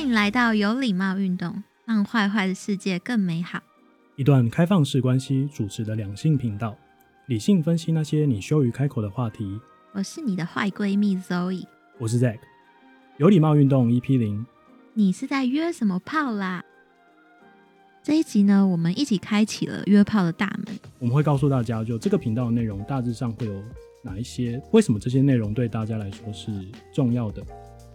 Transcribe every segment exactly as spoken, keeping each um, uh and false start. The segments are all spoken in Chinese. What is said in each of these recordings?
迎来到有礼貌运动，让坏坏的世界更美好。 一段开放式关系主持的两性频道，理性分析那些你羞于开口的话题。 我是你的坏闺蜜 Zoe， 我是 Zack。 有礼貌运动 E P 零， 你是在约什么炮啦？这一集呢，我们一起开启了约炮的大门。 我们会告诉大家，就这个频道的内容大致上会有哪一些，为什么这些内容对大家来说是重要的。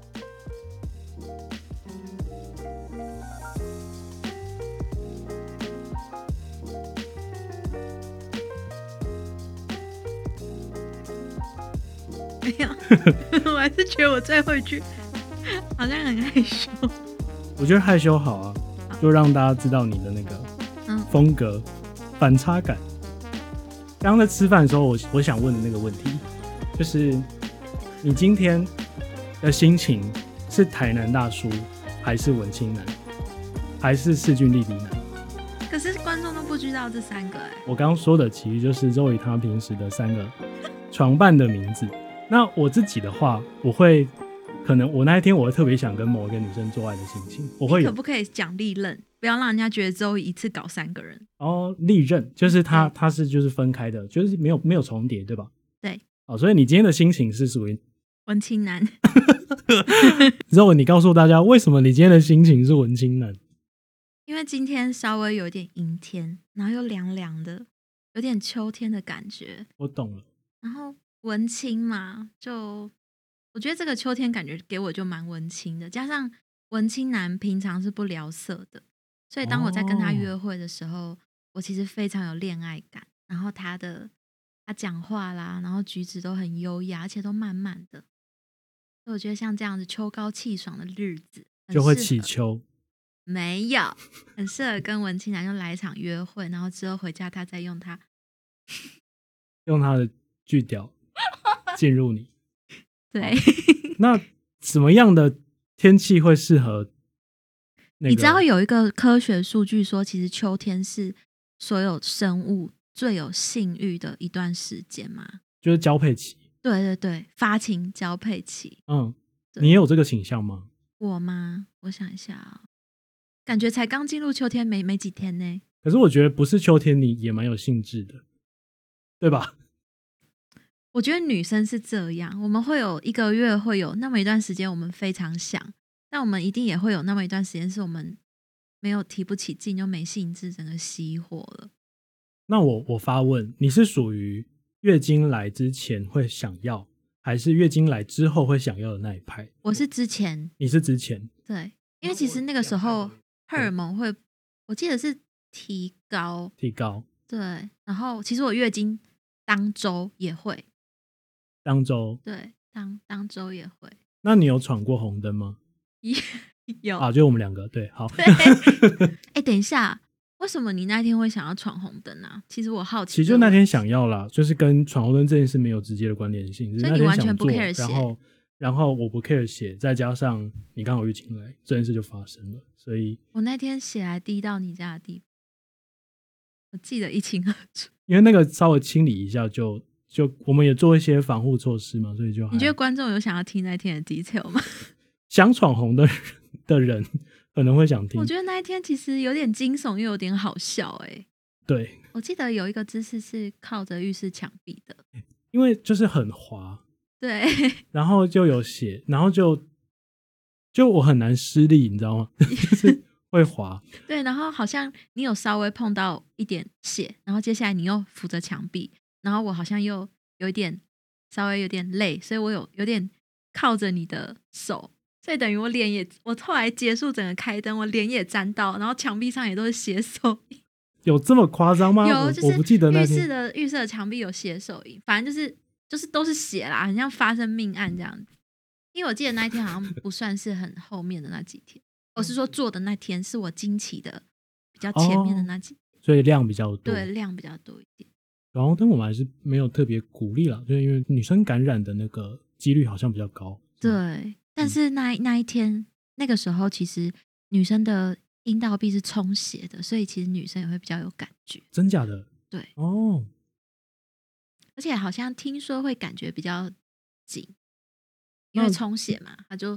没有我还是觉得我最后一句好像很害羞。 我觉得害羞好啊，就让大家知道你的那个风格、嗯、反差感。刚刚在吃饭的时候，我我想问的那个问题，就是你今天的心情是台南大叔，还是文青男，还是势均力敌男？ 可是观众都不知道这三个哎、欸。 我刚刚说的其实就是 Zoe 他平时的三个床伴的名字。那我自己的话，我会可能我那一天我会特别想跟某一个女生做爱的心情，我会有。 你可不可以讲历任，不要让人家觉得只有一次搞三个人？ 哦，历任就是他他是就是分开的，就是没有没有重叠，对吧？ 对。 哦，所以你今天的心情是属于文青男。 之后你告诉大家为什么你今天的心情是文青男？ 因为今天稍微有点阴天，然后又凉凉的，有点秋天的感觉。 我懂了。 然后文青嘛，就我觉得这个秋天感觉给我就蛮文青的，加上文青男平常是不聊色的，所以当我在跟他约会的时候、哦、我其实非常有恋爱感，然后他的他讲话啦，然后举止都很优雅，而且都慢慢的，所以我觉得像这样子秋高气爽的日子就会起秋。 没有，很适合跟文青男就来一场约会，然后之后回家他再用他用他的句调进入你。 对。 那什么样的天气会适合、那个、 你知道有一个科学数据说，其实秋天是所有生物最有性欲的一段时间吗？ 就是交配期。 对对对，发情交配期。 嗯，你也有这个倾向吗？ 我吗？我想一下啊、哦，感觉才刚进入秋天没没几天呢。 可是我觉得不是秋天你也蛮有兴致的，对吧？ 我觉得女生是这样，我们会有一个月会有那么一段时间我们非常想，但我们一定也会有那么一段时间是我们没有提不起劲，就没兴致，整个熄火了。 那我我发问，你是属于月经来之前会想要，还是月经来之后会想要的那一派？ 我是之前。 你是之前。 对，因为其实那个时候荷尔蒙会，我记得是提高提高。 对，然后其实我月经当周也会。 当周。 对，当当周也会。 那你有闯过红灯吗？ 有啊，就我们两个。对，好。 对。哎、欸，等一下，为什么你那天会想要闯红灯啊？其实我好奇。 其实就那天想要啦，就是跟闯红灯这件事没有直接的关联性， 所以你完全不 care 血，然后然后我不 care 血，再加上你刚好月经来，这件事就发生了，所以我那天血还滴到你家的地步，我记得一清二楚。 因为那个稍微清理一下就。就我们也做一些防护措施嘛，所以就还。 你觉得观众有想要听那天的 detail 吗？ 想闯红的人的人可能会想听。 我觉得那一天其实有点惊悚，又有点好笑哎、欸。 对， 我记得有一个姿势是靠着浴室墙壁的， 因为就是很滑。 对。 然后就有血，然后就就我很难施力，你知道吗？就是会滑。 对，然后好像你有稍微碰到一点血，然后接下来你又扶着墙壁。然后我好像又有一点稍微有点累，所以我有有点靠着你的手，所以等于我脸也，我后来结束整个开灯，我脸也沾到，然后墙壁上也都是血手印。有这么夸张吗？ 有，就是我不记得那浴室的浴室的墙壁有血手印，反正就是就是都是血啦，很像发生命案这样子。因为我记得那一天好像不算是很后面的那几天，我是说做的那天是我经期的比较前面的那几天、 哦、所以量比较多。 对，量比较多一点。 然后但我们还是没有特别鼓励啦，就是因为女生感染的那个几率好像比较高。 对，但是那那一天那个时候，其实女生的阴道壁是充血的，所以其实女生也会比较有感觉。 真假的？ 对哦， 而且好像听说会感觉比较紧，因为充血嘛，它就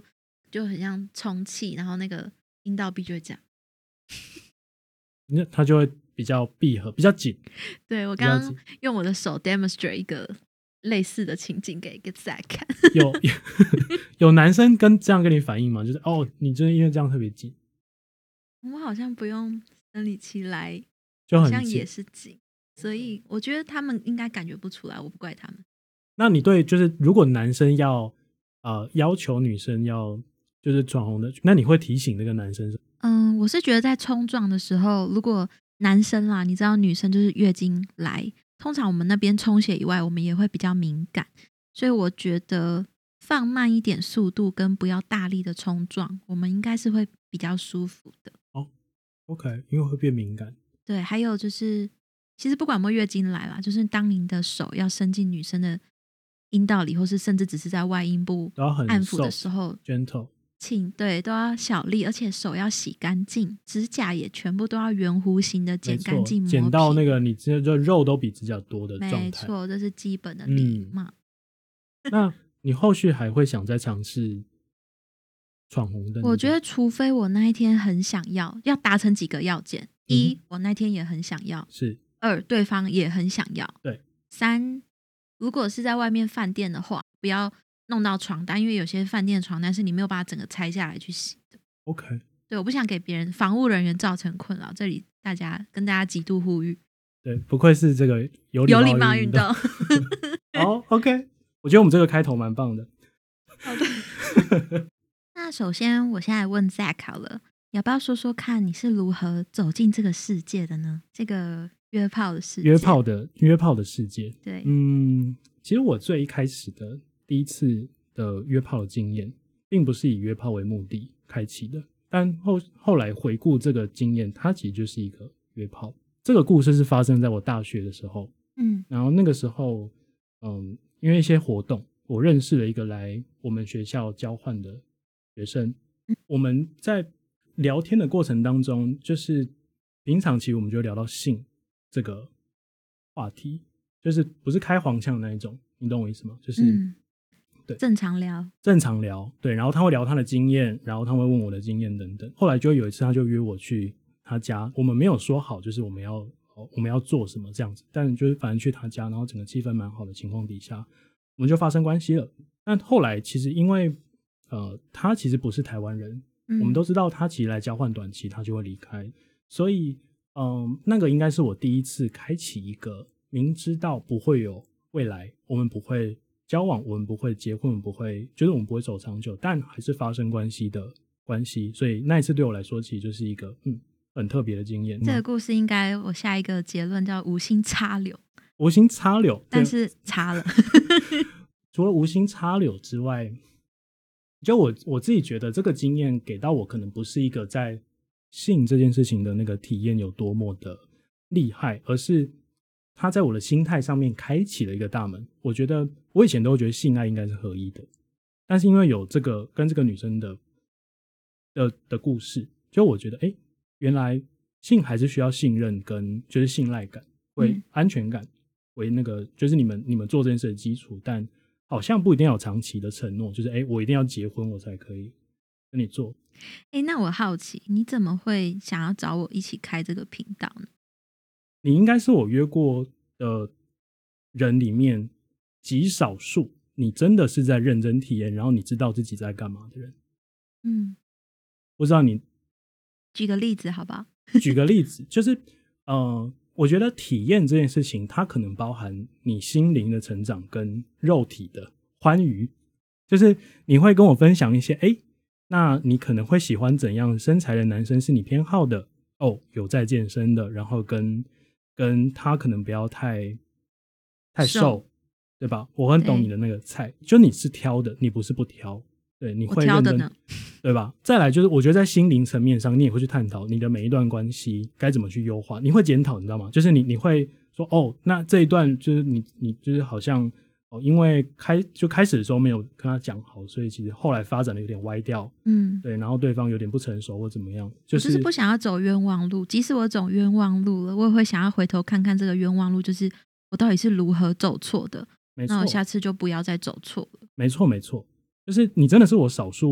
就很像充气，然后那个阴道壁就会这样， 那它就会比较闭合，比较紧。 对，我刚刚用我的手 demonstrate 一个类似的情景给给 Zack 看。 有有男生跟这样跟你反映吗？就是哦，你就是因为这样特别紧。 我好像不用生理期来， 就很好像也是紧，所以我觉得他们应该感觉不出来，我不怪他们。 那你对就是如果男生要呃要求女生要就是闯红的，那你会提醒那个男生什么？ 嗯，我是觉得在冲撞的时候，如果男生啦，你知道女生就是月经来，通常我们那边充血以外，我们也会比较敏感，所以我觉得放慢一点速度跟不要大力的冲撞，我们应该是会比较舒服的。 哦 ，OK， 因为会变敏感。 对，还有就是，其实不管有没有月经来啦，就是当您的手要伸进女生的阴道里，或是甚至只是在外阴部按抚的时候 ，gentle， 请对都要小力，而且手要洗干净，指甲也全部都要圆弧形的剪干净， 剪到那个你这肉都比指甲多的状态。 没错，这是基本的礼貌。 嗯、那你后续还会想再尝试闯红灯？ 我觉得，除非我那一天很想要，要达成几个要件：一、嗯，我那天也很想要； 是二，对方也很想要； 对， 三，如果是在外面饭店的话，不要弄到床单，因为有些饭店床单是你没有把它整个拆下来去洗的。 OK， 对，我不想给别人防务人员造成困扰，这里大家跟大家极度呼吁。 对，不愧是这个有有礼貌运动。 好 ，OK， 我觉得我们这个开头蛮棒的。 好的。那首先，我现在问 Zack 好了，要不要说说看你是如何走进这个世界的呢？这个约炮的世界， 约炮的约炮的世界。 对， 嗯，其实我最一开始的第一次的约炮的经验，并不是以约炮为目的开启的，但后后来回顾这个经验，它其实就是一个约炮。这个故事是发生在我大学的时候， 嗯， 然后那个时候，嗯，因为一些活动，我认识了一个来我们学校交换的学生， 嗯， 我们在聊天的过程当中，就是平常其实我们就聊到性这个话题，就是不是开黄腔的那一种，你懂我意思吗？就是、 嗯、 对， 正常聊， 正常聊，对，然后他会聊他的经验，然后他会问我的经验等等。后来就有一次，他就约我去他家，我们没有说好，就是我们要我们要做什么这样子，但就是反正去他家，然后整个气氛蛮好的情况底下，我们就发生关系了。但后来其实因为呃，他其实不是台湾人、嗯，我们都知道他其实来交换短期，他就会离开，所以嗯、呃，那个应该是我第一次开启一个明知道不会有未来，我们不会交往，我们不会结婚，我们不会，就是我们不会走长久，但还是发生关系的关系，所以那一次对我来说，其实就是一个嗯很特别的经验。 这个故事应该我下一个结论叫无心插柳， 无心插柳， 但是插了。 除了无心插柳之外，就我我自己觉得这个经验给到我，可能不是一个在性这件事情的那个体验有多么的厉害，而是他在我的心态上面开启了一个大门。我觉得我以前都觉得性爱应该是合一的，但是因为有这个跟这个女生的的的故事，就我觉得哎、欸，原来性还是需要信任跟就是信赖感，为安全感为那个就是你们你们做这件事的基础，但好像不一定要有长期的承诺，就是哎、欸，我一定要结婚我才可以跟你做。 哎、欸，那我好奇你怎么会想要找我一起开这个频道呢？ 你应该是我约过的人里面极少数你真的是在认真体验，然后你知道自己在干嘛的人。 嗯， 不知道你举个例子好不好？ 举个例子，就是呃，我觉得体验这件事情，它可能包含你心灵的成长跟肉体的欢愉。就是你会跟我分享一些，哎，那你可能会喜欢怎样身材的男生是你偏好的哦，有在健身的，然后跟跟他可能不要太太瘦，对吧？我很懂你的那个菜，就你是挑的，你不是不挑。对，你会认真，对吧？再来就是我觉得在心灵层面上，你也会去探讨你的每一段关系该怎么去优化，你会检讨，你知道吗？就是你你会说哦，那这一段就是你你就是好像哦，因为开就开始的时候没有跟他讲好，所以其实后来发展的有点歪掉， 嗯， 对，然后对方有点不成熟或怎么样，就是、 我就是不想要走冤枉路，即使我走冤枉路了，我也会想要回头看看这个冤枉路，就是我到底是如何走错的， 没错， 那我下次就不要再走错了。 没错没错。就是你真的是我少数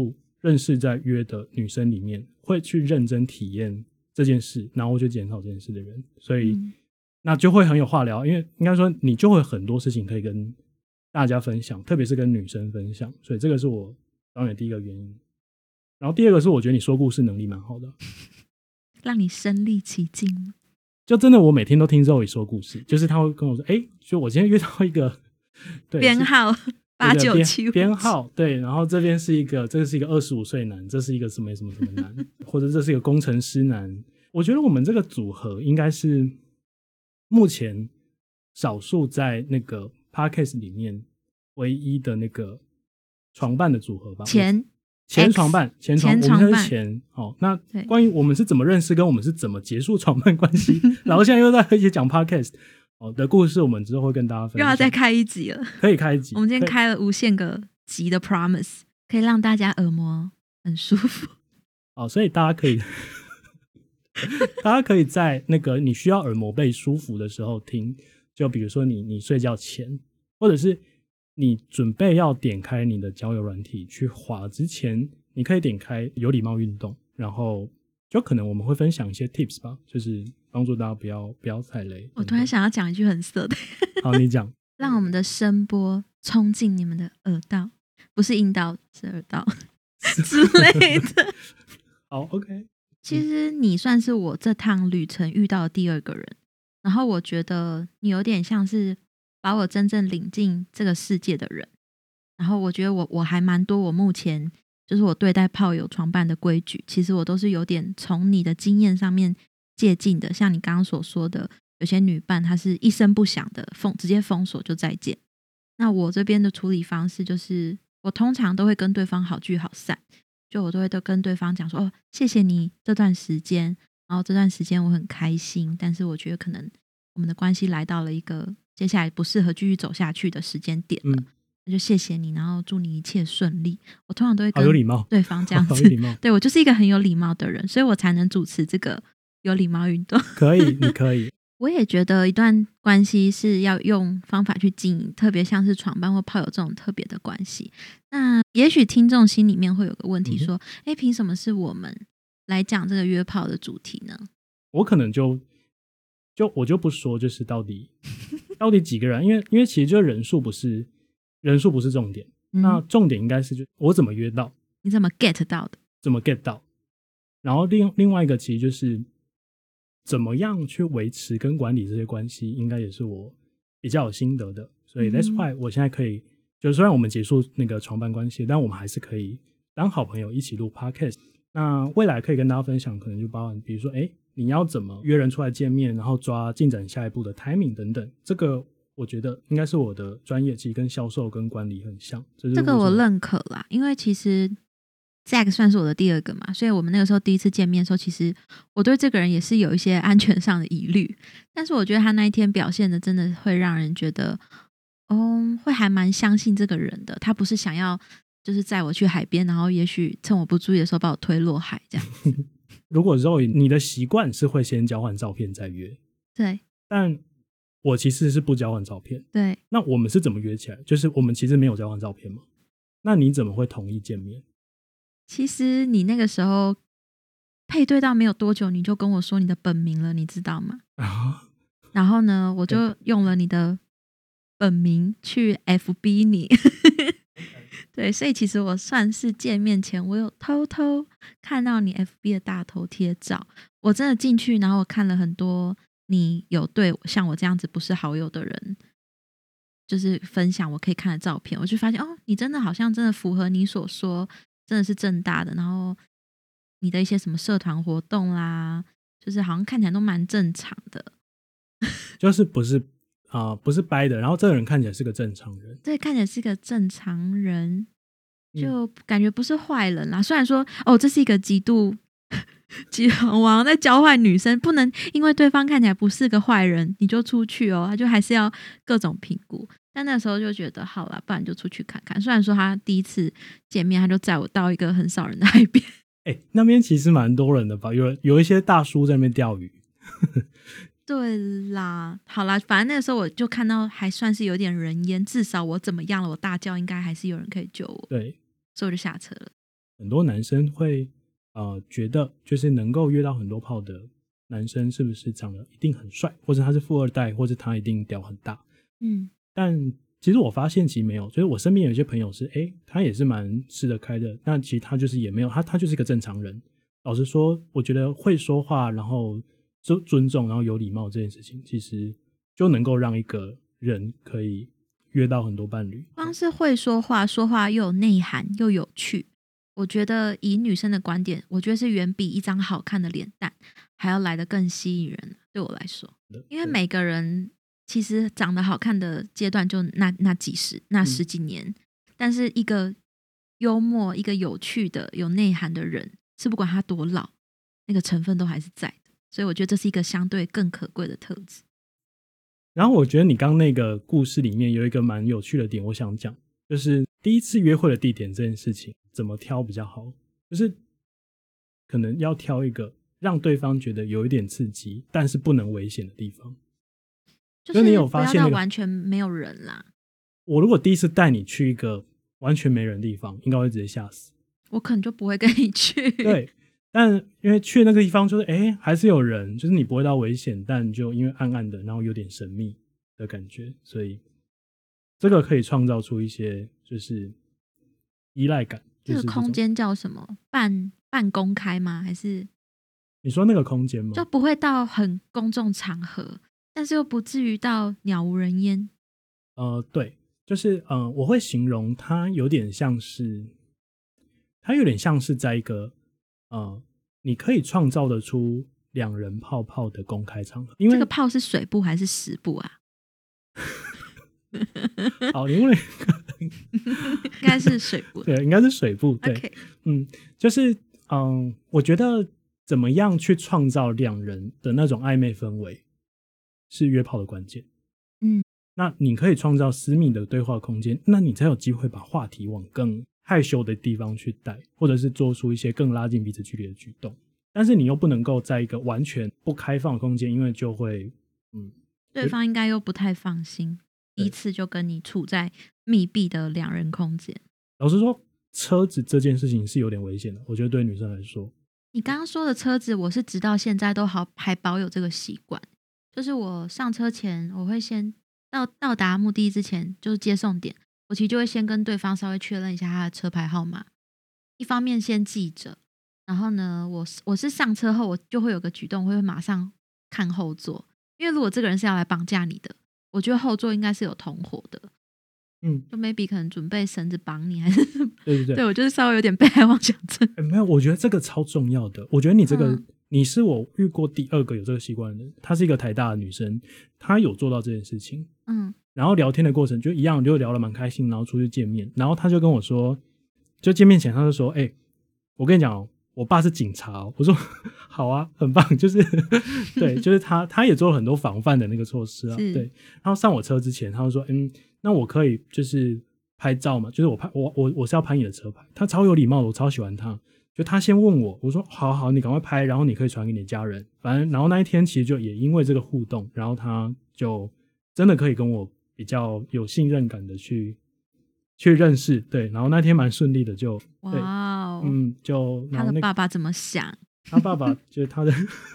认识在约的女生里面会去认真体验这件事，然后去检讨这件事的人，所以、嗯、那就会很有话聊，因为应该说你就会很多事情可以跟大家分享，特别是跟女生分享，所以这个是我当然第一个原因。然后第二个是我觉得你说故事能力蛮好的， 让你身临其境吗？ 就真的我每天都听 Zoe 说故事，就是他会跟我说哎，就我今天约到一个对编号八九七五编号，对，然后这边是一个这个是一个二十五岁男，这是一个什么什么什么男或者这是一个工程师男。我觉得我们这个组合应该是目前少数在那个 podcast 里面唯一的那个床伴的组合吧。 前前床伴前床前床伴我们是前哦。那关于我们是怎么认识跟我们是怎么结束床伴关系然后现在又在一起讲 podcast 的故事，我们之后会跟大家分享。 又要再开一集了， 可以开一集。 我们今天开了无限个集的 promise， 可以让大家耳膜很舒服。 哦，所以大家可以大家可以在那个你需要耳膜被舒服的时候听，就比如说你你睡觉前，或者是你准备要点开你的交友软体去滑之前，你可以点开有礼貌运动，然后就可能我们会分享一些 tips 吧，就是帮助大家不要不要踩雷。 我突然想要讲一句很色的好，你讲。 让我们的声波冲进你们的耳道，不是阴道是耳道之类的。 好 OK。 其实你算是我这趟旅程遇到的第二个人，然后我觉得你有点像是把我真正领进这个世界的人，然后我觉得我我还蛮多我目前就是我对待炮友床伴的规矩，其实我都是有点从你的经验上面借鉴的。像你刚刚所说的，有些女伴她是一声不响的封直接封锁就再见，那我这边的处理方式就是我通常都会跟对方好聚好散，就我都会都跟对方讲说，哦，谢谢你这段时间，然后这段时间我很开心，但是我觉得可能我们的关系来到了一个接下来不适合继续走下去的时间点了，嗯，那就谢谢你，然后祝你一切顺利。我通常都会跟对方这样子， 好有礼貌。 对，我就是一个很有礼貌的人，所以我才能主持这个有礼貌运动。 可以，你可以。 我也觉得一段关系是要用方法去经营，特别像是床伴或炮友这种特别的关系。那也许听众心里面会有个问题说，哎、嗯，凭什么是我们来讲这个约炮的主题呢？ 我可能就就我就不说，就是到底到底几个人，因为因为其实就人数不是人数不是重点、嗯，那重点应该是就我怎么约到， 你怎么 get 到的， 怎么 get 到，然后另另外一个其实就是怎么样去维持跟管理这些关系，应该也是我比较有心得的。所以 that's why 我现在可以，就是虽然我们结束那个床伴关系，但我们还是可以当好朋友一起录 podcast。那未来可以跟大家分享，可能就包含比如说，哎，你要怎么约人出来见面，然后抓进展下一步的 timing 等等。这个我觉得应该是我的专业，其实跟销售跟管理很像。这, 这个我认可啦，因为其实 Zack 算是我的第二个嘛，所以我们那个时候第一次见面的时候，其实我对这个人也是有一些安全上的疑虑，但是我觉得他那一天表现的真的会让人觉得，哦，会还蛮相信这个人的。他不是想要就是载我去海边，然后也许趁我不注意的时候把我推落海这样子。 如果 Zoe 你的习惯是会先交换照片再约， 对， 但我其实是不交换照片。 对， 那我们是怎么约起来？就是我们其实没有交换照片吗？那你怎么会同意见面？ 其实你那个时候配对到没有多久，你就跟我说你的本名了，你知道吗？ 啊， 然后呢，我就用了你的本名去 F B 你。对，所以其实我算是见面前，我有偷偷看到你 F B 的大头贴照。我真的进去，然后我看了很多你有对像我这样子不是好友的人，就是分享我可以看的照片，我就发现哦，你真的好像真的符合你所说，真的是正大的。然后你的一些什么社团活动啦，就是好像看起来都蛮正常的， 就是不是。啊、呃，不是掰的，然后这个人看起来是个正常人， 对，看起来是个正常人，就感觉不是坏人啦。嗯、虽然说，哦，这是一个极度极王在交换女生，不能因为对方看起来不是个坏人，你就出去哦，他就还是要各种评估。但那时候就觉得，好啦，不然就出去看看。虽然说他第一次见面，他就载我到一个很少人的海边， 哎、欸，那边其实蛮多人的吧？有有一些大叔在那边钓鱼。 对啦，好啦，反正那个时候我就看到还算是有点人烟，至少我怎么样了，我大叫应该还是有人可以救我。 对， 所以我就下车了。 很多男生会呃觉得就是能够约到很多炮的男生是不是长得一定很帅，或者他是富二代，或者他一定屌很大。 嗯， 但其实我发现其实没有，就是我身边有一些朋友是诶他也是蛮吃得开的，但其实他就是也没有，他他就是一个正常人。老实说我觉得会说话然后尊重然后有礼貌这件事情其实就能够让一个人可以约到很多伴侣。 光是会说话，说话又有内涵又有趣，我觉得以女生的观点，我觉得是远比一张好看的脸蛋还要来得更吸引人，对我来说。因为每个人其实长得好看的阶段就那那几十那十几年、嗯、但是一个幽默一个有趣的有内涵的人，是不管他多老那个成分都还是在的，所以我觉得这是一个相对更可贵的特质。 然后我觉得你刚那个故事里面有一个蛮有趣的点我想讲，就是第一次约会的地点这件事情怎么挑比较好，就是可能要挑一个让对方觉得有一点刺激但是不能危险的地方， 就是你有发现、那个、 不要到完全没有人啦。 我如果第一次带你去一个完全没人的地方应该会直接吓死， 我可能就不会跟你去。 对，但因为去那个地方就是哎还是有人，就是你不会到危险，但就因为暗暗的然后有点神秘的感觉，所以这个可以创造出一些就是依赖感。 这个空间叫什么？半半公开吗？还是你说那个空间吗？ 就不会到很公众场合，但是又不至于到鸟无人烟。 呃，对，就是呃，我会形容它有点像是，它有点像是在一个呃，你可以创造得出两人泡泡的公开场合。因为这个泡是水部还是石部啊？ 好，因为应该是水部， 对，应该是水部。对， okay. 嗯，就是嗯，我觉得怎么样去创造两人的那种暧昧氛围，是约炮的关键。 嗯， 那你可以创造私密的对话空间，那你才有机会把话题往更害羞的地方去带，或者是做出一些更拉近彼此距离的举动。但是你又不能够在一个完全不开放的空间，因为就会嗯， 对方应该又不太放心第一次就跟你处在密闭的两人空间。 老实说车子这件事情是有点危险的，我觉得对女生来说。 你刚刚说的车子我是直到现在都好还保有这个习惯，就是我上车前我会先到到达目的地之前，就是接送点，我其实就会先跟对方稍微确认一下他的车牌号码，一方面先记着，然后呢我我是上车后我就会有个举动，我会马上看后座，因为如果这个人是要来绑架你的，我觉得后座应该是有同伙的， 嗯， 就 maybe 可能准备绳子绑你还是什么。 对对对， 对，我就是稍微有点被害妄想症、 欸、没有，我觉得这个超重要的，我觉得你这个、 嗯、 你是我遇过第二个有这个习惯的人，她是一个台大的女生，她有做到这件事情。嗯，然后聊天的过程就一样，就聊得蛮开心，然后出去见面，然后她就跟我说，就见面前她就说哎、欸，我跟你讲哦，我爸是警察哦。我说好啊，很棒，就是对，就是他他也做了很多防范的那个措施啊。对，然后上我车之前他就说嗯，那我可以就是拍照嘛，就是我拍我我我是要拍你的车牌。他超有礼貌的，我超喜欢他，就他先问我，我说好好，你赶快拍，然后你可以传给你的家人。反正然后那一天其实就也因为这个互动，然后他就真的可以跟我比较有信任感的去去认识。对，然后那天蛮顺利的，就对，哇哦，嗯，就他的爸爸怎么想？ 他爸爸就是他的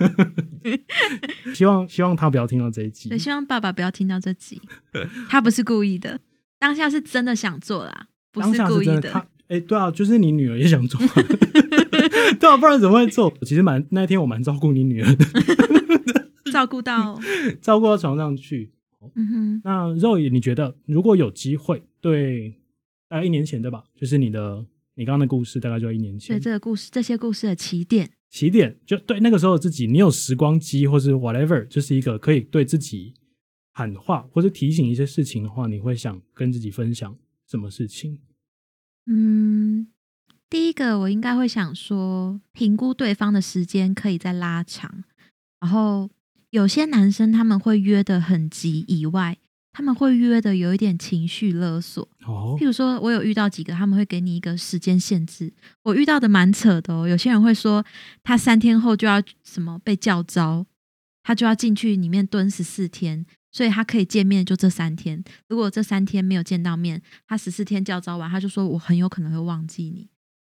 希望希望他不要听到这一集。 对，希望爸爸不要听到这集。他不是故意的，当下是真的想做啦，不是故意的。 的他欸、对啊，就是你女儿也想做对啊，不然怎么会做？其实蛮那天我蛮照顾你女儿的照顾到照顾到床上去。嗯哼，那肉爷你觉得如果有机会，对，大概一年前对吧，就是你的你刚刚的故事大概就一年前， 对，这个故事这些故事的起点起点就对那个时候的自己，你有时光机或是 whatever， 就是一个可以对自己喊话或是提醒一些事情的话，你会想跟自己分享什么事情？ 嗯，第一个我应该会想说评估对方的时间可以再拉长，然后有些男生他们会约的很急以外，他们会约的有一点情绪勒索。哦，譬如说我有遇到几个他们会给你一个时间限制，我遇到的蛮扯的哦。有些人会说他三天后就要什么被叫召，他就要进去里面蹲十四天，所以他可以见面就这三天，如果这三天没有见到面，他十四天叫召完他就说我很有可能会忘记你。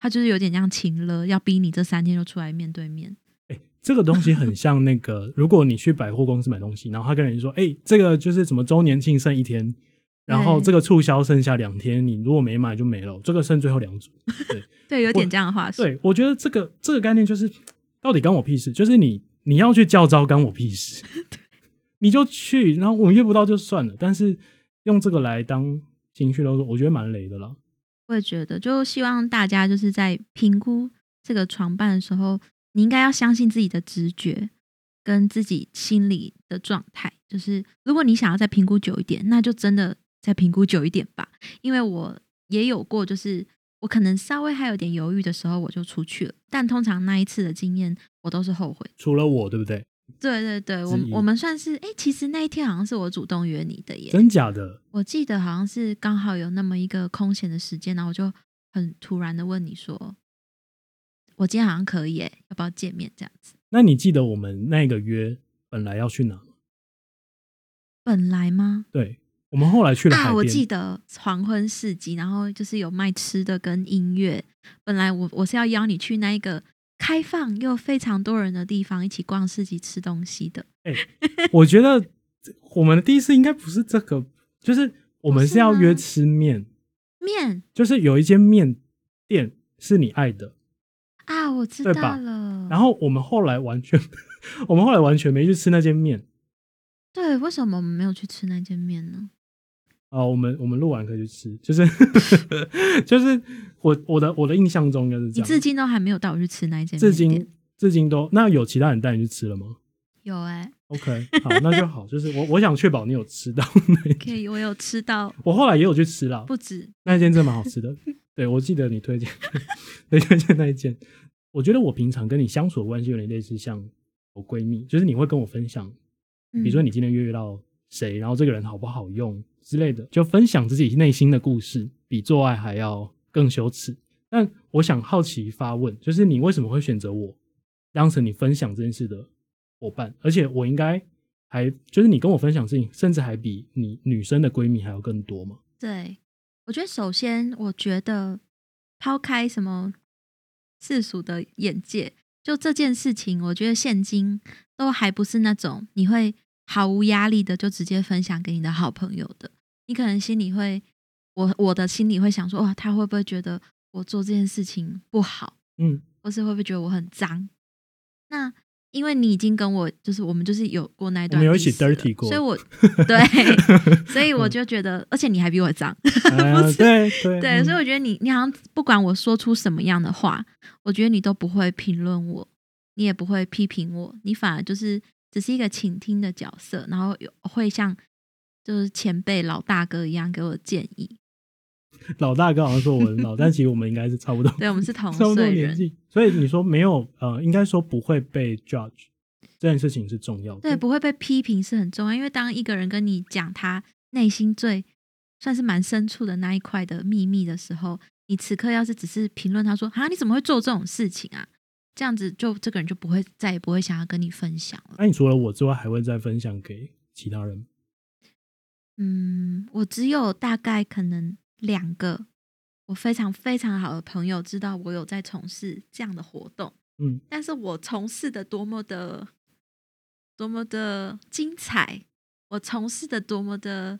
他就是有点这样情勒，要逼你这三天就出来面对面。 欸、这个东西很像那个，如果你去百货公司买东西，然后他跟人说，哎、欸，这个就是什么周年庆剩一天，然后这个促销剩下两天，你如果没买就没了，这个剩最后两组。对对，有点这样的话术。 对，我觉得这个这个概念就是到底干我屁事，就是你你要去叫招干我屁事。你就去，然后我们约不到就算了，但是用这个来当情绪勒索，我觉得蛮雷的啦。 我也觉得，就希望大家就是在评估这个床伴的时候，你应该要相信自己的直觉跟自己心里的状态。就是如果你想要再评估久一点，那就真的再评估久一点吧。因为我也有过，就是我可能稍微还有点犹豫的时候，我就出去了。但通常那一次的经验，我都是后悔。 除了我，对不对？ 对对对，我我们算是哎、欸，其实那一天好像是我主动约你的耶。 真假的？ 我记得好像是刚好有那么一个空闲的时间，然后我就很突然的问你说，我今天好像可以耶，要不要见面这样子？ 那你记得我们那个约本来要去哪吗？ 本来吗？ 对，我们后来去了海边。 啊，我记得黄昏市集，然后就是有卖吃的跟音乐。本来我我是要邀你去那一个开放又非常多人的地方，一起逛市集吃东西的。 欸、我觉得我们的第一次应该不是这个，就是我们是要约吃面。 面就是有一间面店是你爱的啊，我知道了。 然后我们后来完全，我们后来完全没去吃那间面。 对，为什么我们没有去吃那间面呢？ 啊，我们我们录完可以去吃，就是就是我我的我的印象中就是这样。 你至今都还没有带我去吃那一间面至今至今都那有其他人带你去吃了吗？ 有哎、欸。 OK， 好，那就好。就是我我想确保你有吃到那一间。 可以，我有吃到。 我后来也有去吃啦， 不止那一间真的蛮好吃的。对，我记得你推荐推荐那一间。我觉得我平常跟你相处的关系有点类似像我闺蜜，就是你会跟我分享，比如说你今天约到谁、嗯、然后这个人好不好用之类的，就分享自己内心的故事，比做爱还要更羞耻。但我想好奇发问，就是你为什么会选择我当成你分享这件事的伙伴？而且我应该还就是你跟我分享事情，甚至还比你女生的闺蜜还要更多吗？ 对，我觉得首先我觉得抛开什么世俗的眼界，就这件事情我觉得现今都还不是那种你会毫无压力的就直接分享给你的好朋友的。你可能心里会我我的心里会想说，哇，他会不会觉得我做这件事情不好， 嗯， 或是会不会觉得我很脏。那因为你已经跟我就是我们就是有过那一段， 我们有一起 dirty 过， 所以我对所以我就觉得、嗯、而且你还比我脏、呃、 对对对、嗯、所以我觉得你你好像不管我说出什么样的话，我觉得你都不会评论我，你也不会批评我，你反而就是只是一个倾听的角色，然后会像就是前辈老大哥一样给我建议。 老大哥好像说我很老但其实我们应该是差不多对，我们是同差不多年纪，所以你说没有呃，应该说不会被 judge 这件事情是重要的。 对，不会被批评是很重要，因为当一个人跟你讲他内心最算是蛮深处的那一块的秘密的时候，你此刻要是只是评论他说啊你怎么会做这种事情啊，这样子就这个人就不会再也不会想要跟你分享了。 那你除了我之外还会再分享给其他人？ 嗯，我只有大概可能两个我非常非常好的朋友知道我有在从事这样的活动， 嗯， 但是我从事的多么的多么的精彩，我从事的多么的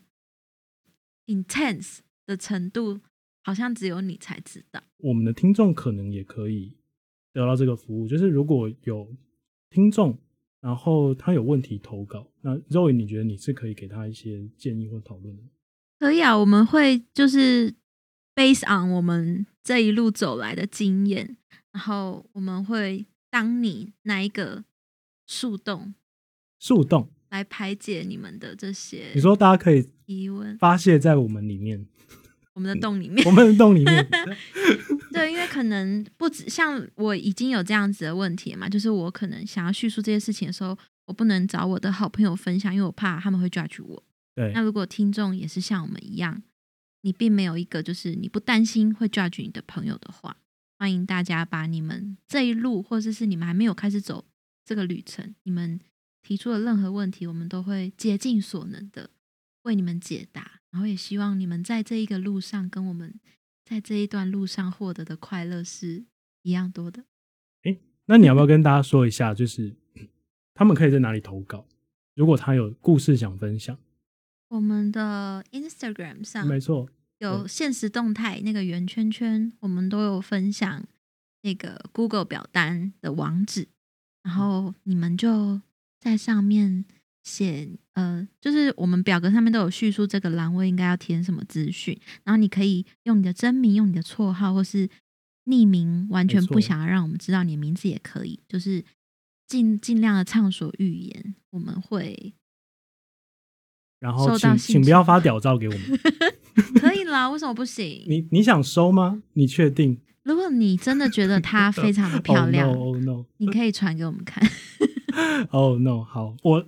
intense 的程度，好像只有你才知道。 我们的听众可能也可以得到这个服务，就是如果有听众然后他有问题投稿，那 Zoe 你觉得你是可以给他一些建议或讨论的？ 可以啊，我们会就是based on 我们这一路走来的经验，然后我们会当你那一个树洞树洞来排解你们的这些， 你说大家可以疑问发泄在我们里面， 我们的洞里面我们的洞里面对，因为可能不止像我已经有这样子的问题嘛，就是我可能想要叙述这些事情的时候，我不能找我的好朋友分享，因为我怕他们会 judge 我。 对， 那如果听众也是像我们一样，你并没有一个就是你不担心会 judge 你的朋友的话，欢迎大家把你们这一路，或者是你们还没有开始走这个旅程，你们提出的任何问题，我们都会竭尽所能的为你们解答，然后也希望你们在这一个路上跟我们在这一段路上获得的快乐是一样多的。 欸，那你要不要跟大家说一下，就是他们可以在哪里投稿？如果他有故事想分享， 我们的 Instagram 上没错， 有限时动态那个圆圈圈，我们都有分享那个 Google 表单的网址，然后你们就在上面写，呃，就是我们表格上面都有叙述这个栏位应该要填什么资讯，然后你可以用你的真名、用你的绰号，或是匿名，完全不想要让我们知道你的名字也可以，就是尽尽量的畅所欲言，我们会。 然后请请不要发屌照给我们。 可以啦，为什么不行？ 你你想收吗？你确定？ 如果你真的觉得她非常的漂亮 ，Oh no, oh no， 你可以传给我们看。 Oh no， 好，我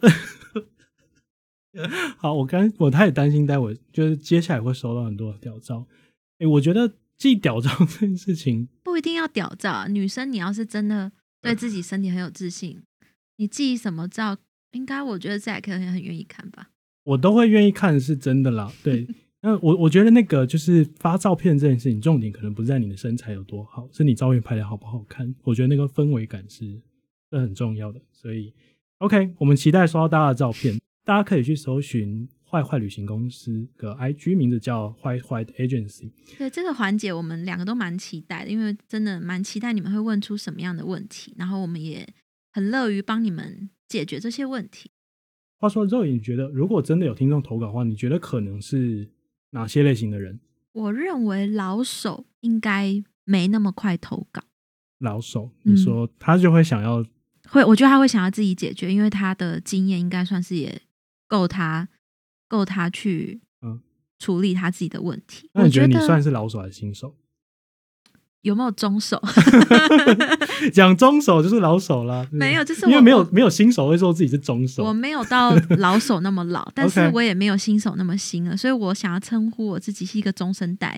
好，我刚我太担心，待会就是接下来会收到很多的屌照。欸，我觉得寄屌照这件事情不一定要屌照，女生你要是真的对自己身体很有自信，你寄什么照，应该我觉得Zack可能很愿意看吧。 我都会愿意看，是真的啦。对，那我我觉得那个就是发照片这件事情，重点可能不是在你的身材有多好，是你照片拍的好不好看。我觉得那个氛围感是是很重要的。所以 OK， 我们期待收到大家的照片，大家可以去搜寻坏坏旅行公司的 I G， 名字叫坏坏 Agency。 对，这个环节我们两个都蛮期待的，因为真的蛮期待你们会问出什么样的问题，然后我们也很乐于帮你们解决这些问题。 话说Zoe，你觉得如果真的有听众投稿的话，你觉得可能是哪些类型的人？ 我认为老手应该没那么快投稿。 老手，你说他就会想要、嗯、 会，我觉得他会想要自己解决，因为他的经验应该算是也够他够他去处理他自己的问题。 那你觉得你算是老手还是新手？ 有没有中手？ 讲中手就是老手啦。 没有，就是因为没有没有新手会说自己是中手。 我没有到老手那么老，但是我也没有新手那么新了，所以我想要称呼我自己是一个中生代。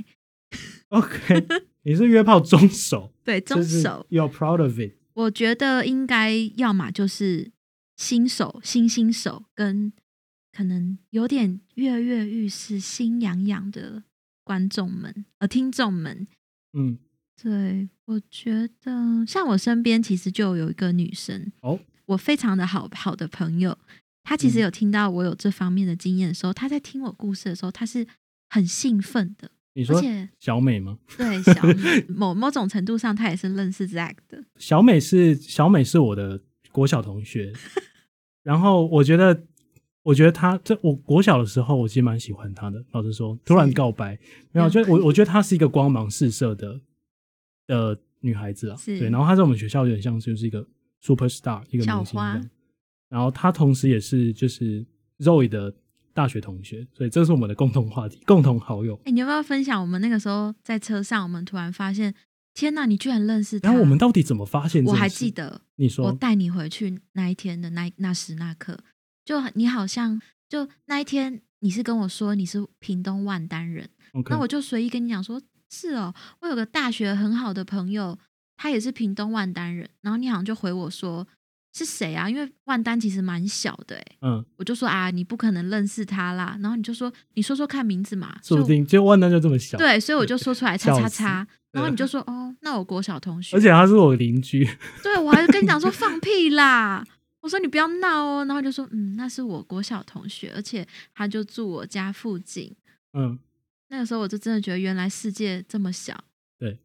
OK， 你是约炮中手。 对，中手。 You're proud of it。 我觉得应该要么就是新手、新新手，跟可能有点跃跃欲试、心痒痒的观众们、呃听众们。嗯。对，我觉得像我身边其实就有一个女生，哦，我非常的好好的朋友，她其实有听到我有这方面的经验的时候，她在听我故事的时候，她是很兴奋的。 你说小美吗？ 对，小美某某种程度上，她也是认识 Zack 的。 小美是小美是我的国小同学，然后我觉得，我觉得她这我国小的时候，我其实蛮喜欢她的。老实说，突然告白，没有，就我我觉得她是一个光芒四射的。的女孩子啊，对，然后她在我们学校有点像就是一个 super star， 一个明星这样。然后她同时也是就是 Zoe 的大学同学，所以这是我们的共同话题，共同好友。 哎、欸，你要不要分享我们那个时候在车上，我们突然发现，天哪，你居然认识他！ 然后我们到底怎么发现这件事？ 我还记得， 你说我带你回去那一天的那那时那刻，就你好像就那一天你是跟我说你是屏东万丹人， okay. 那我就随意跟你讲说。是哦，我有个大学很好的朋友，他也是屏东万丹人，然后你好像就回我说是谁啊？因为万丹其实蛮小的，哎，嗯，我就说啊，你不可能认识他啦，然后你就说你说说看名字嘛， 说不定就万丹就这么小， 对，所以我就说出来叉叉叉，然后你就说哦，那我国小同学， 而且他是我邻居， 对，我还跟你讲说放屁啦，我说你不要闹哦，然后就说嗯，那是我国小同学，而且他就住我家附近，嗯。那个时候我就真的觉得原来世界这么小。 对，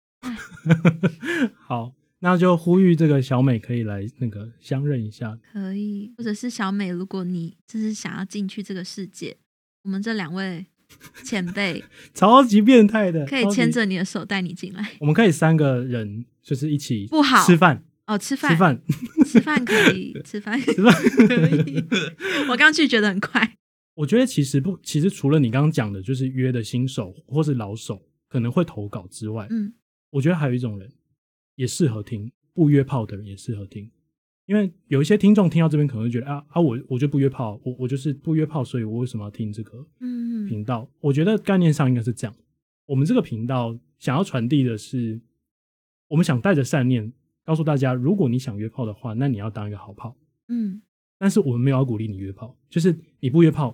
好，那就呼吁这个小美可以来那个相认一下。 可以，或者是小美，如果你就是想要进去这个世界，我们这两位前辈超级变态的， 可以牵着你的手带你进来。 我们可以三个人就是一起不好吃饭哦，吃饭吃饭吃饭可以，吃饭吃饭可以。我刚拒绝的很快。 我觉得其实不，其实除了你刚刚讲的，就是约的新手或是老手可能会投稿之外，嗯，我觉得还有一种人也适合听，不约炮的人也适合听，因为有一些听众听到这边可能会觉得啊啊，我我就不约炮，我我就是不约炮，所以我为什么要听这个频道？嗯、我觉得概念上应该是这样，我们这个频道想要传递的是，我们想带着善念告诉大家，如果你想约炮的话，那你要当一个好炮，嗯，但是我们没有要鼓励你约炮，就是你不约炮。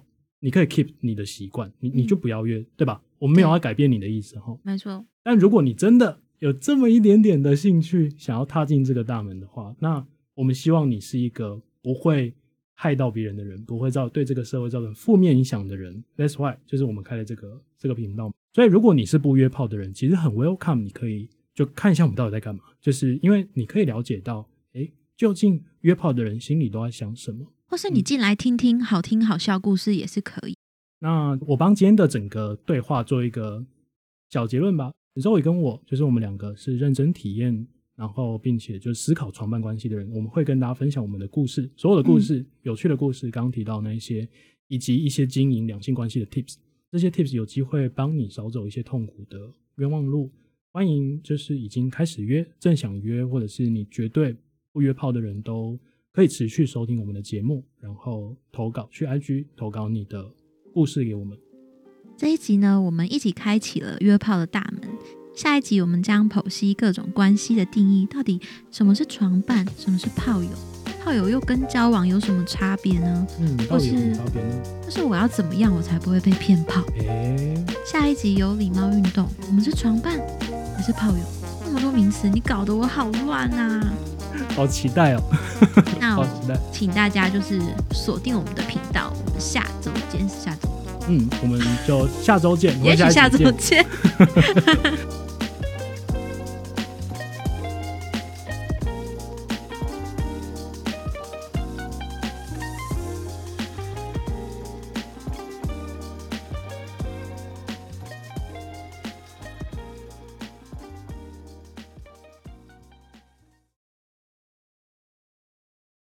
你可以 keep 你的习惯，你你就不要约、嗯、对吧？我们没有要改变你的意思齁， 没错。 但如果你真的有这么一点点的兴趣想要踏进这个大门的话，那我们希望你是一个不会害到别人的人，不会造对这个社会造成负面影响的人。 That's why 就是我们开了这个这个频道。所以如果你是不约炮的人，其实很 welcome， 你可以就看一下我们到底在干嘛，就是因为你可以了解到诶究竟约炮的人心里都在想什么， 或是你进来听听好听好笑故事也是可以、嗯、 那我帮今天的整个对话做一个小结论吧。Zoe 跟我就是我们两个是认真体验然后并且就思考床伴关系的人，我们会跟大家分享我们的故事，所有的故事、嗯、有趣的故事，刚刚提到那一些，以及一些经营两性关系的 tips， 这些 tips 有机会帮你少走一些痛苦的冤枉路。欢迎就是已经开始约，正想约，或者是你绝对不约炮的人都可以持续收听我们的节目，然后投稿去 I G 投稿你的故事给我们。 这一集呢，我们一起开启了约炮的大门。下一集我们将剖析各种关系的定义，到底什么是床伴，什么是炮友，炮友又跟交往有什么差别呢？ 嗯，到底有什么差别呢？ 或是我要怎么样我才不会被骗炮？ 欸、下一集有礼貌运动，我们是床伴还是炮友？那么多名词，你搞得我好乱啊！ 好期待哦！ 那我请大家就是锁定我们的频道，我们下周见，下周。 嗯，我们就下周见， 也许下周见。